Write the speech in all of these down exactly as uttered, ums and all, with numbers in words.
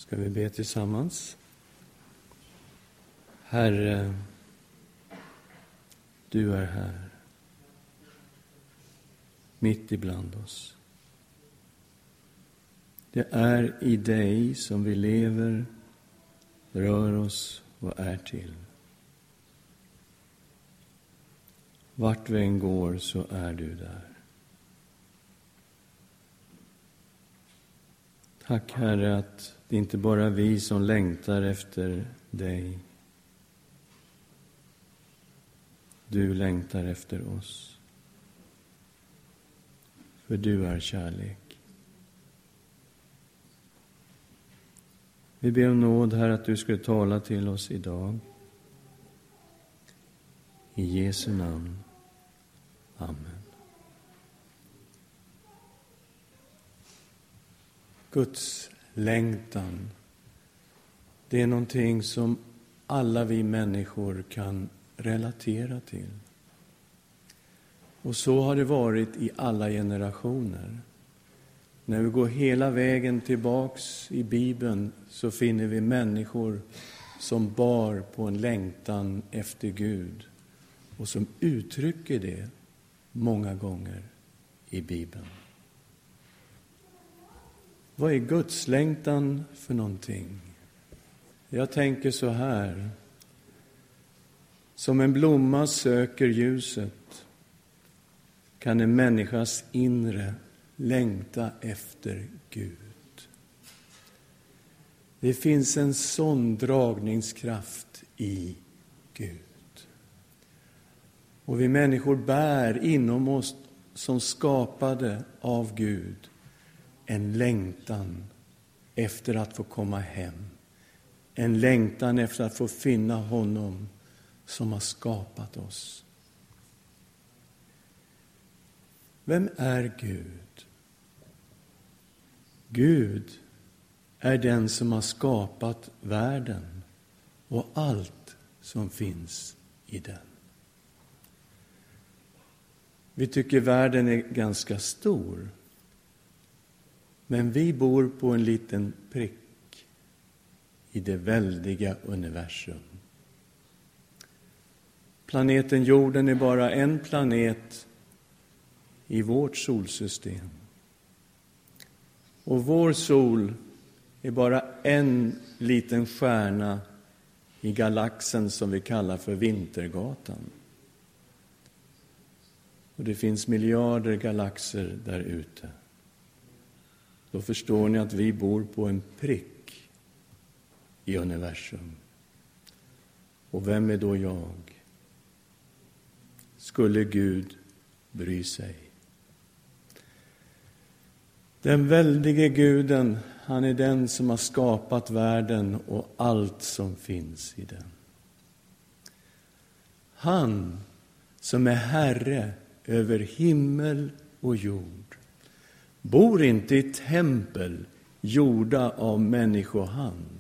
Ska vi be tillsammans? Herre, du är här, mitt ibland oss. Det är i dig som vi lever, rör oss och är till. Vart vi än går så är du där. Tack, Herre, att det inte bara är vi som längtar efter dig. Du längtar efter oss. För du är kärlek. Vi ber om nåd, Herre, att du skulle tala till oss idag. I Jesu namn. Amen. Guds längtan, det är någonting som alla vi människor kan relatera till. Och så har det varit i alla generationer. När vi går hela vägen tillbaks i Bibeln så finner vi människor som bar på en längtan efter Gud och som uttrycker det många gånger i Bibeln. Vad är Guds längtan för någonting? Jag tänker så här. Som en blomma söker ljuset kan en människas inre längta efter Gud. Det finns en sån dragningskraft i Gud. Och vi människor bär inom oss som skapade av Gud en längtan efter att få komma hem. En längtan efter att få finna honom som har skapat oss. Vem är Gud? Gud är den som har skapat världen och allt som finns i den. Vi tycker världen är ganska stor. Men vi bor på en liten prick i det väldiga universum. Planeten jorden är bara en planet i vårt solsystem. Och vår sol är bara en liten stjärna i galaxen som vi kallar för Vintergatan. Och det finns miljarder galaxer där ute. Då förstår ni att vi bor på en prick i universum. Och vem är då jag? Skulle Gud bry sig? Den väldige Guden, han är den som har skapat världen och allt som finns i den. Han som är Herre över himmel och jord bor inte i tempel gjorda av människohand.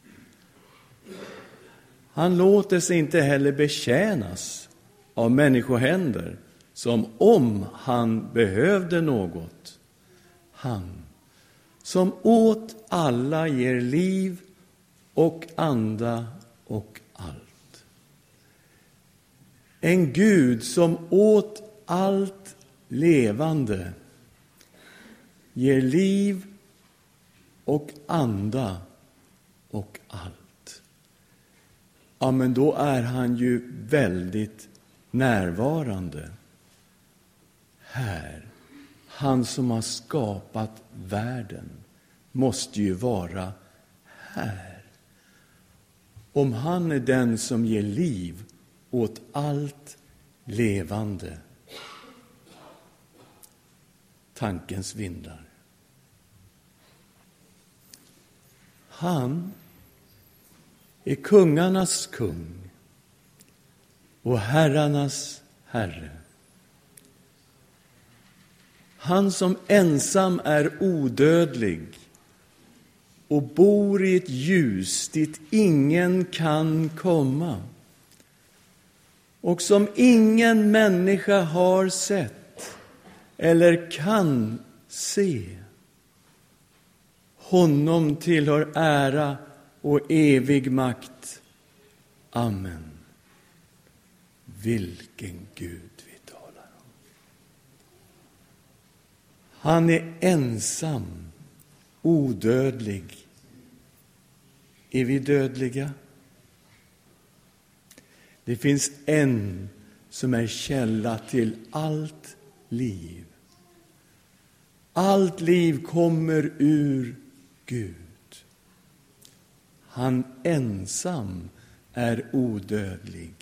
Han låter sig inte heller betjänas av människohänder som om han behövde något. Han som åt alla ger liv och anda och allt. En Gud som åt allt levande ger liv och anda och allt. Ja, men då är han ju väldigt närvarande här. Han som har skapat världen måste ju vara här. Om han är den som ger liv åt allt levande. Tankens vindar. Han är kungarnas kung och herrarnas herre. Han som ensam är odödlig och bor i ett ljus dit ingen kan komma och som ingen människa har sett eller kan se. Honom tillhör ära och evig makt. Amen. Vilken Gud vi talar om. Han är ensam, odödlig. Är vi dödliga? Det finns en som är källa till allt liv. Allt liv kommer ur Gud. Han ensam är odödlig.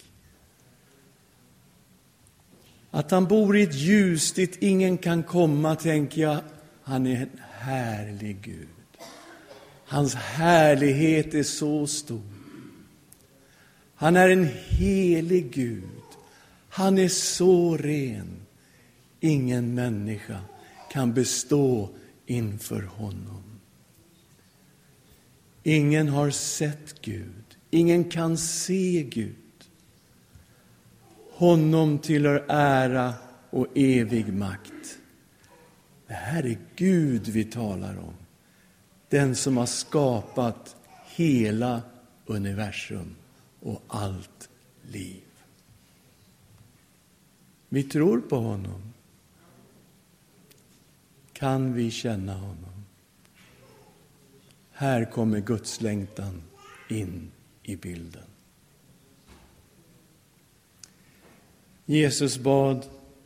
Att han bor i ett ljus dit ingen kan komma, tänker jag, han är en härlig Gud. Hans härlighet är så stor. Han är en helig Gud. Han är så ren. Ingen människa kan bestå inför honom. Ingen har sett Gud. Ingen kan se Gud. Honom tillhör ära och evig makt. Det här är Gud vi talar om. Den som har skapat hela universum och allt liv. Vi tror på honom. Kan vi känna honom? Här kommer Guds längtan in i bilden. Jesus bad.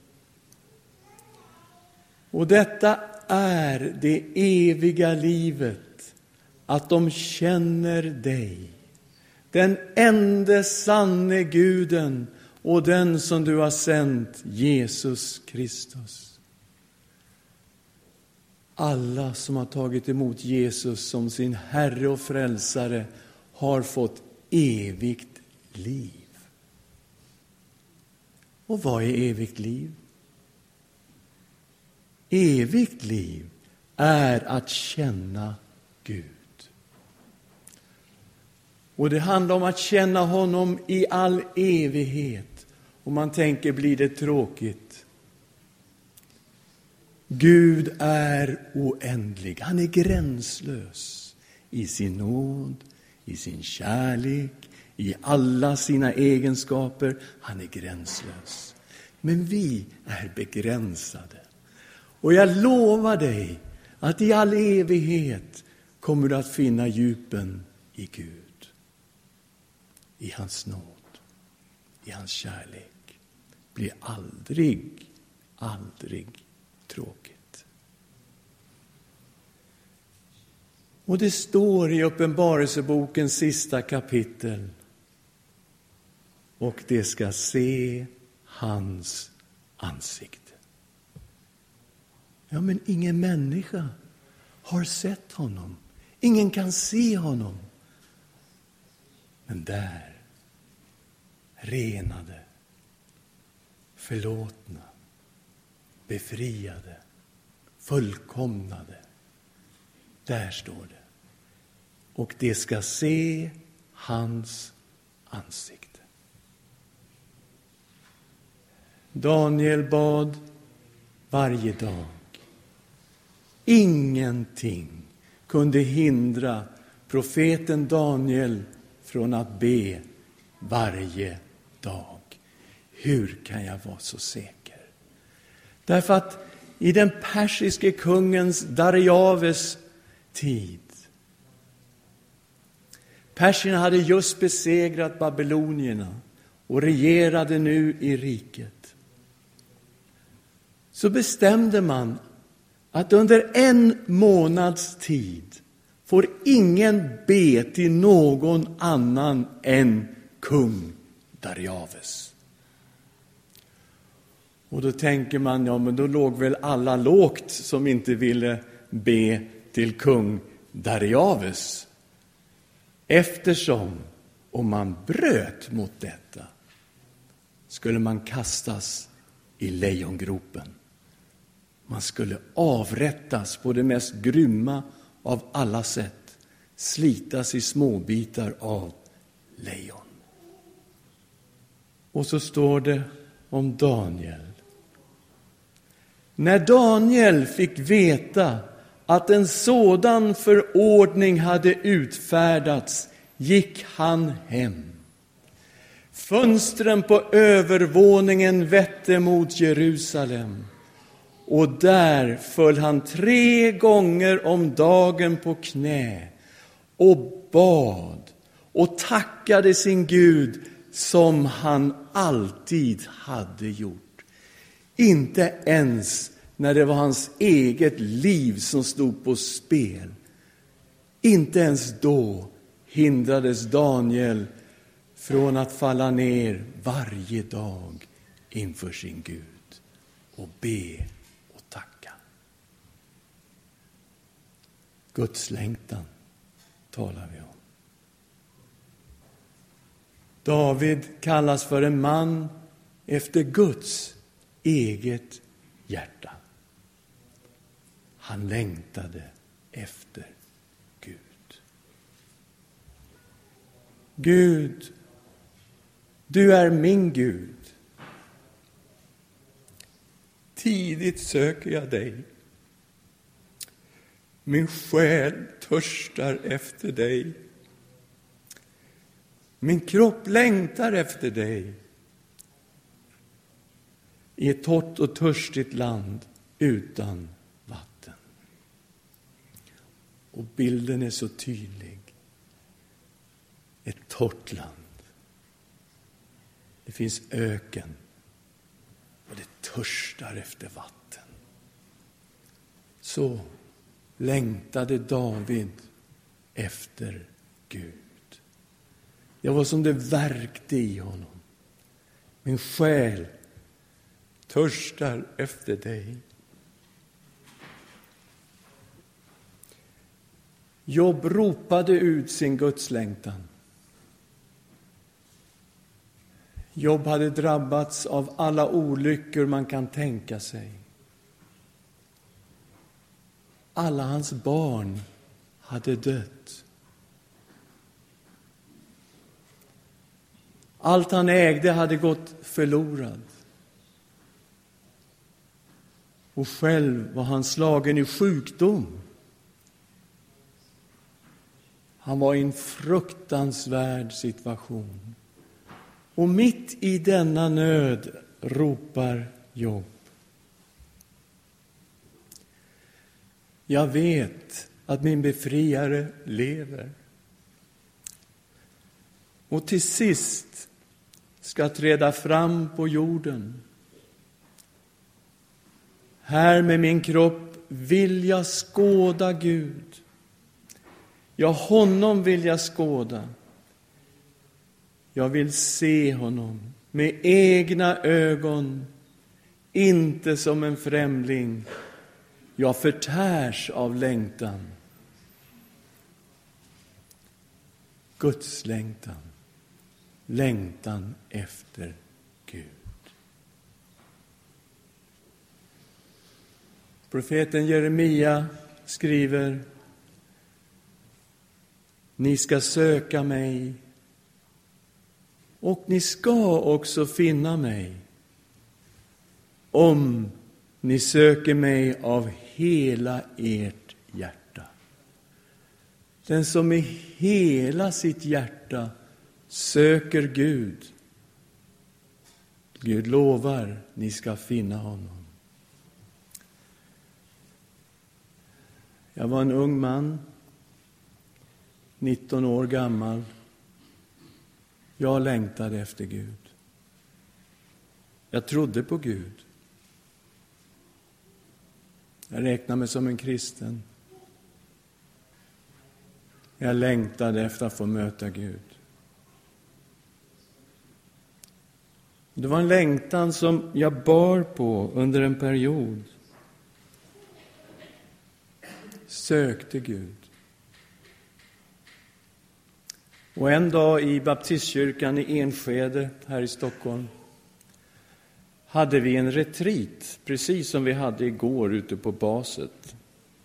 Och detta är det eviga livet, att de känner dig, den enda sanne Guden och den som du har sänt, Jesus Kristus. Alla som har tagit emot Jesus som sin Herre och Frälsare har fått evigt liv. Och vad är evigt liv? Evigt liv är att känna Gud. Och det handlar om att känna honom i all evighet. Och man tänker, blir det tråkigt? Gud är oändlig. Han är gränslös i sin nåd, i sin kärlek, i alla sina egenskaper. Han är gränslös. Men vi är begränsade. Och jag lovar dig att i all evighet kommer du att finna djupen i Gud. I hans nåd, i hans kärlek. Blir aldrig, aldrig tråkigt. Och det står i Uppenbarelsebokens sista kapitel. Och det ska se hans ansikte. Ja, men ingen människa har sett honom. Ingen kan se honom. Men där, renade, förlåtna, befriade, fullkomnade. Där står det. Och det ska se hans ansikte. Daniel bad varje dag. Ingenting kunde hindra profeten Daniel från att be varje dag. Hur kan jag vara så säker? Därför att i den persiske kungens Darijaves tid, perserna hade just besegrat babylonierna och regerade nu i riket. Så bestämde man att under en månads tid får ingen be till någon annan än kung Darijaves. Och då tänker man, ja men då låg väl alla lågt som inte ville be till kung Darijaves. Eftersom om man bröt mot detta skulle man kastas i lejongropen. Man skulle avrättas på det mest grymma av alla sätt. Slitas i småbitar av lejon. Och så står det om Daniel. När Daniel fick veta att en sådan förordning hade utfärdats gick han hem. Fönstren på övervåningen vette mot Jerusalem, och där föll han tre gånger om dagen på knä och bad och tackade sin Gud som han alltid hade gjort. Inte ens när det var hans eget liv som stod på spel. Inte ens då hindrades Daniel från att falla ner varje dag inför sin Gud och be och tacka. Guds längtan talar vi om. David kallas för en man efter Guds eget hjärta. Han längtade efter Gud. Gud, du är min Gud. Tidigt söker jag dig. Min själ törstar efter dig. Min kropp längtar efter dig. I ett torrt och törstigt land utan vatten. Och bilden är så tydlig. Ett torrt land. Det finns öken. Och det törstar efter vatten. Så längtade David efter Gud. Det var som det värkte i honom. Min själ törstar efter dig. Job ropade ut sin gudslängtan. Job hade drabbats av alla olyckor man kan tänka sig. Alla hans barn hade dött. Allt han ägde hade gått förlorat. Och själv var han slagen i sjukdom. Han var i en fruktansvärd situation. Och mitt i denna nöd ropar Job. Jag vet att min befriare lever. Och till sist ska träda fram på jorden. Här med min kropp vill jag skåda Gud. Ja, honom vill jag skåda. Jag vill se honom med egna ögon, inte som en främling. Jag förtärs av längtan. Guds längtan. Längtan efter Gud. Profeten Jeremia skriver: ni ska söka mig, och ni ska också finna mig, om ni söker mig av hela ert hjärta. Den som i hela sitt hjärta söker Gud, Gud lovar, ni ska finna honom. Jag var en ung man, nitton år gammal. Jag längtade efter Gud. Jag trodde på Gud. Jag räknade mig som en kristen. Jag längtade efter att få möta Gud. Det var en längtan som jag bar på under en period. Sökte Gud. Och en dag i baptistkyrkan i Enskede här i Stockholm hade vi en retreat, precis som vi hade igår ute på baset.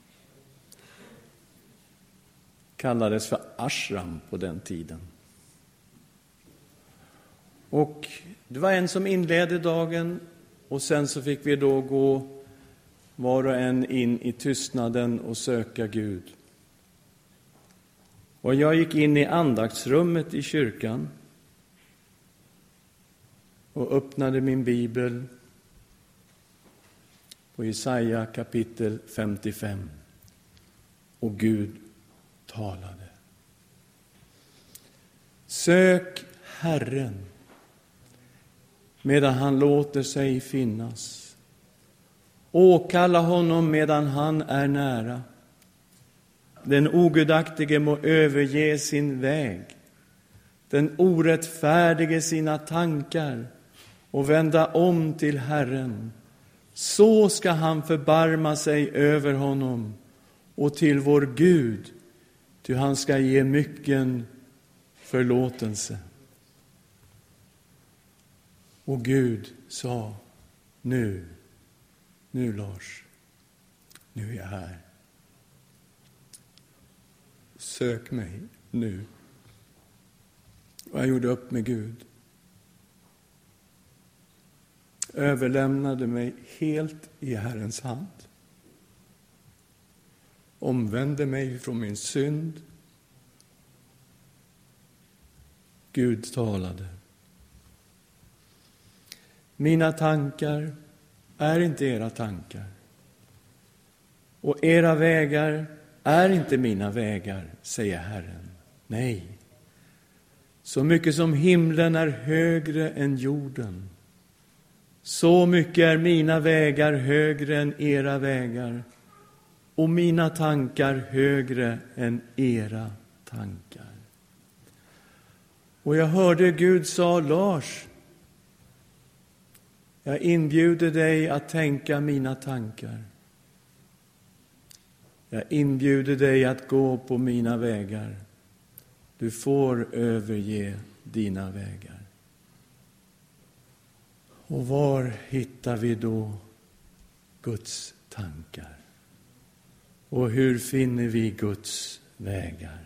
Kallades för ashram på den tiden. Och det var en som inledde dagen, och sen så fick vi då gå var och en in i tystnaden och söka Gud. Och jag gick in i andaktsrummet i kyrkan och öppnade min bibel på Jesaja kapitel femtiofem. Och Gud talade. Sök Herren medan han låter sig finnas. Åkalla honom medan han är nära. Den ogudaktige må överge sin väg, den orättfärdige sina tankar och vända om till Herren. Så ska han förbarma sig över honom och till vår Gud, ty han ska ge mycken förlåtelse. Och Gud sa, nu, nu Lars, nu är jag här. Sök mig nu. Och jag gjorde upp med Gud. Överlämnade mig helt i Herrens hand. Omvände mig från min synd. Gud talade. Mina tankar är inte era tankar. Och era vägar är inte mina vägar, säger Herren. Nej, så mycket som himlen är högre än jorden, så mycket är mina vägar högre än era vägar, och mina tankar högre än era tankar. Och jag hörde Gud sa, Lars, jag inbjuder dig att tänka mina tankar. Jag inbjuder dig att gå på mina vägar. Du får överge dina vägar. Och var hittar vi då Guds tankar? Och hur finner vi Guds vägar?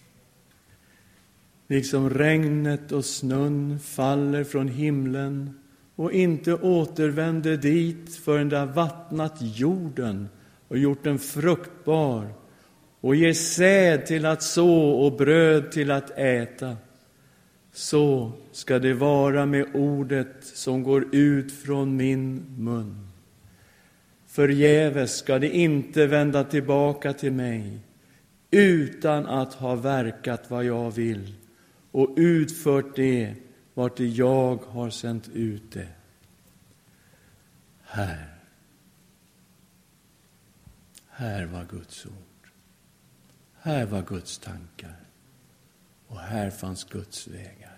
Liksom regnet och snön faller från himlen och inte återvänder dit förrän det har vattnat jorden och gjort den fruktbar och ger säd till att så och bröd till att äta. Så ska det vara med ordet som går ut från min mun. Förgäves ska det inte vända tillbaka till mig utan att ha verkat vad jag vill och utfört det vart jag har sänt ut det. Här. Här var Guds ord. Här var Guds tankar. Och här fanns Guds vägar.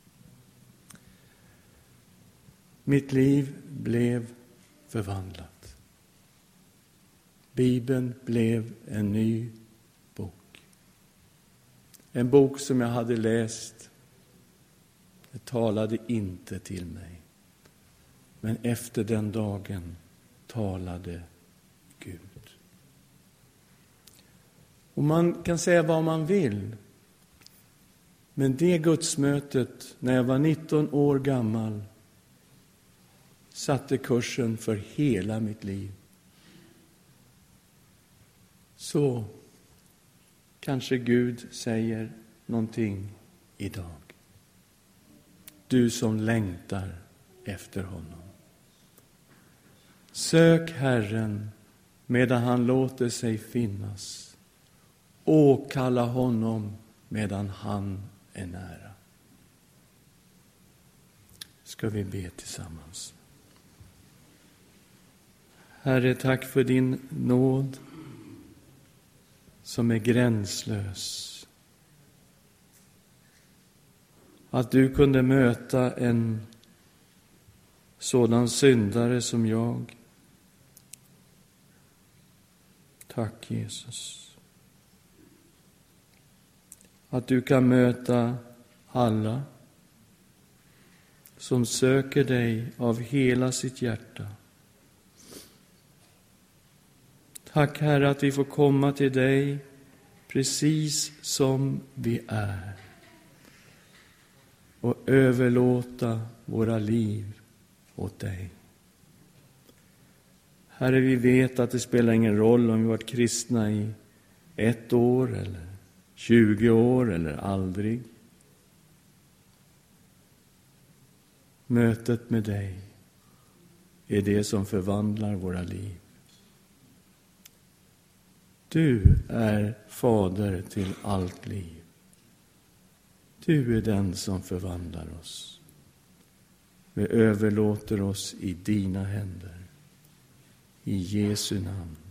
Mitt liv blev förvandlat. Bibeln blev en ny bok. En bok som jag hade läst. Det talade inte till mig. Men efter den dagen talade Gud. Och man kan säga vad man vill. Men det gudsmötet när jag var nitton år gammal satte kursen för hela mitt liv. Så kanske Gud säger någonting idag. Du som längtar efter honom. Sök Herren medan han låter sig finnas. Åkalla honom medan han är nära. Ska vi be tillsammans. Herre, tack för din nåd som är gränslös. Att du kunde möta en sådan syndare som jag. Tack Jesus. Att du kan möta alla som söker dig av hela sitt hjärta. Tack Herre att vi får komma till dig precis som vi är. Och överlåta våra liv åt dig. Herre, vi vet att det spelar ingen roll om vi varit kristna i ett år eller tjugo år eller aldrig. Mötet med dig är det som förvandlar våra liv. Du är fader till allt liv. Du är den som förvandlar oss. Vi överlåter oss i dina händer. I Jesu namn.